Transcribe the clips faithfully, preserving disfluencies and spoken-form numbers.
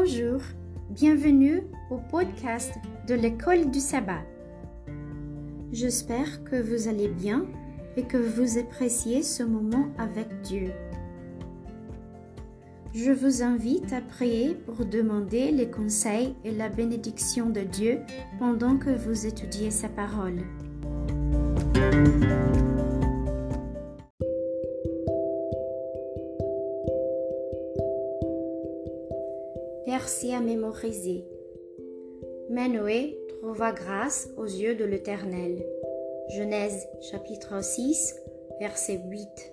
Bonjour, bienvenue au podcast de l'école du sabbat. J'espère que vous allez bien et que vous appréciez ce moment avec Dieu. Je vous invite à prier pour demander les conseils et la bénédiction de Dieu pendant que vous étudiez sa parole. Verset à mémoriser. Mais Noé trouva grâce aux yeux de l'Éternel. Genèse chapitre six, verset huit.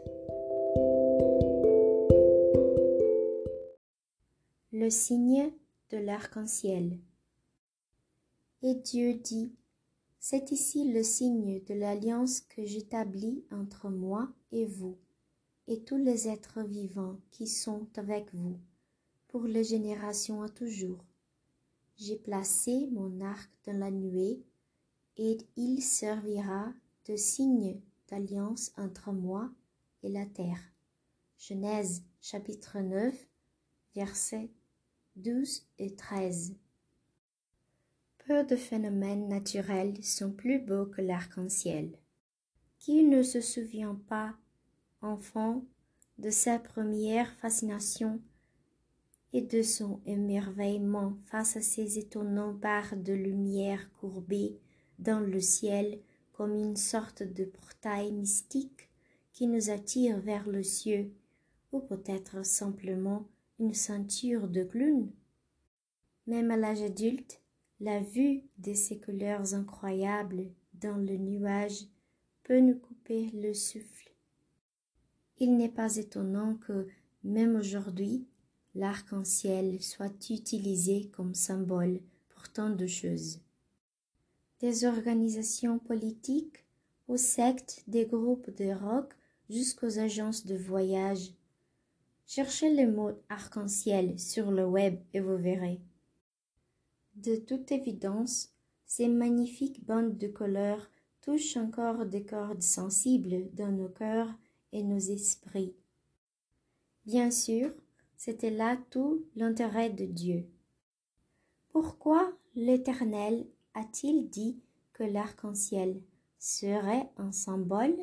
Le signe de l'arc-en-ciel. Et Dieu dit, c'est ici le signe de l'alliance que j'établis entre moi et vous, et tous les êtres vivants qui sont avec vous, pour les générations à toujours. J'ai placé mon arc dans la nuée, et il servira de signe d'alliance entre moi et la terre. Genèse chapitre neuf, versets douze et treize. Peu de phénomènes naturels sont plus beaux que l'arc-en-ciel. Qui ne se souvient pas, enfant, de sa première fascination et de son émerveillement face à ces étonnants barres de lumière courbées dans le ciel comme une sorte de portail mystique qui nous attire vers le ciel, ou peut-être simplement une ceinture de clowns. Même à l'âge adulte, la vue de ces couleurs incroyables dans le nuage peut nous couper le souffle. Il n'est pas étonnant que, même aujourd'hui, l'arc-en-ciel soit utilisé comme symbole pour tant de choses. Des organisations politiques, aux sectes, des groupes de rock, jusqu'aux agences de voyage. Cherchez le mot arc-en-ciel sur le web et vous verrez. De toute évidence, ces magnifiques bandes de couleurs touchent encore des cordes sensibles dans nos cœurs et nos esprits. Bien sûr, c'était là tout l'intérêt de Dieu. Pourquoi l'Éternel a-t-il dit que l'arc-en-ciel serait un symbole?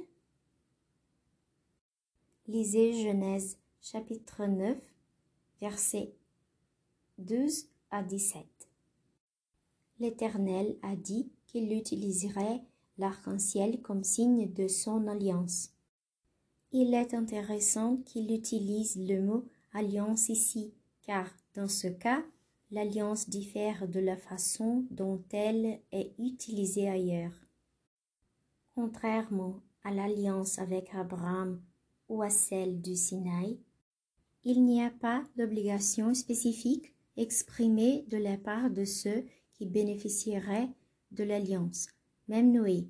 Lisez Genèse chapitre neuf, versets douze à dix-sept. L'Éternel a dit qu'il utiliserait l'arc-en-ciel comme signe de son alliance. Il est intéressant qu'il utilise le mot alliance ici, car dans ce cas, l'alliance diffère de la façon dont elle est utilisée ailleurs. Contrairement à l'alliance avec Abraham ou à celle du Sinaï, il n'y a pas d'obligation spécifique exprimée de la part de ceux qui bénéficieraient de l'alliance, même Noé.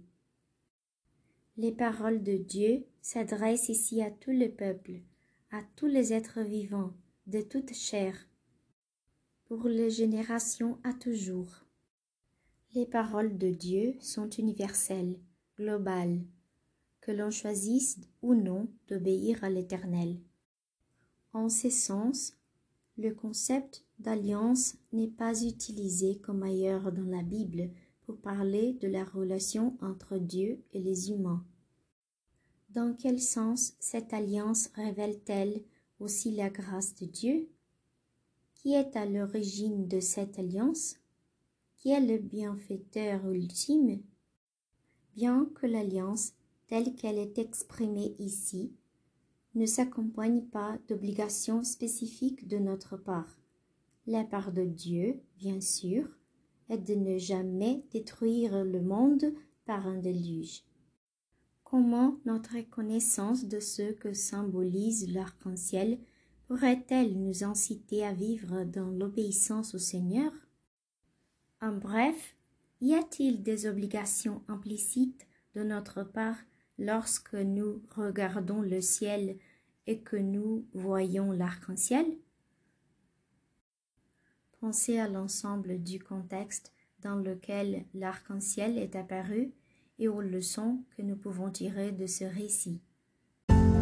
Les paroles de Dieu s'adressent ici à tout le peuple, à tous les êtres vivants, de toute chair, pour les générations à toujours. Les paroles de Dieu sont universelles, globales, que l'on choisisse ou non d'obéir à l'Éternel. En ce sens, le concept d'alliance n'est pas utilisé comme ailleurs dans la Bible pour parler de la relation entre Dieu et les humains. Dans quel sens cette alliance révèle-t-elle aussi la grâce de Dieu? Qui est à l'origine de cette alliance? Qui est le bienfaiteur ultime? Bien que l'alliance, telle qu'elle est exprimée ici, ne s'accompagne pas d'obligations spécifiques de notre part. La part de Dieu, bien sûr, est de ne jamais détruire le monde par un déluge. Comment notre connaissance de ce que symbolise l'arc-en-ciel pourrait-elle nous inciter à vivre dans l'obéissance au Seigneur? En bref, y a-t-il des obligations implicites de notre part lorsque nous regardons le ciel et que nous voyons l'arc-en-ciel? Pensez à l'ensemble du contexte dans lequel l'arc-en-ciel est apparu et aux leçons que nous pouvons tirer de ce récit.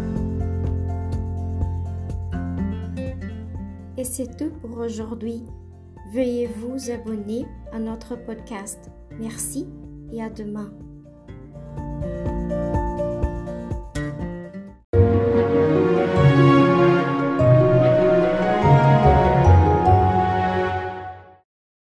Et c'est tout pour aujourd'hui. Veuillez vous abonner à notre podcast. Merci et à demain.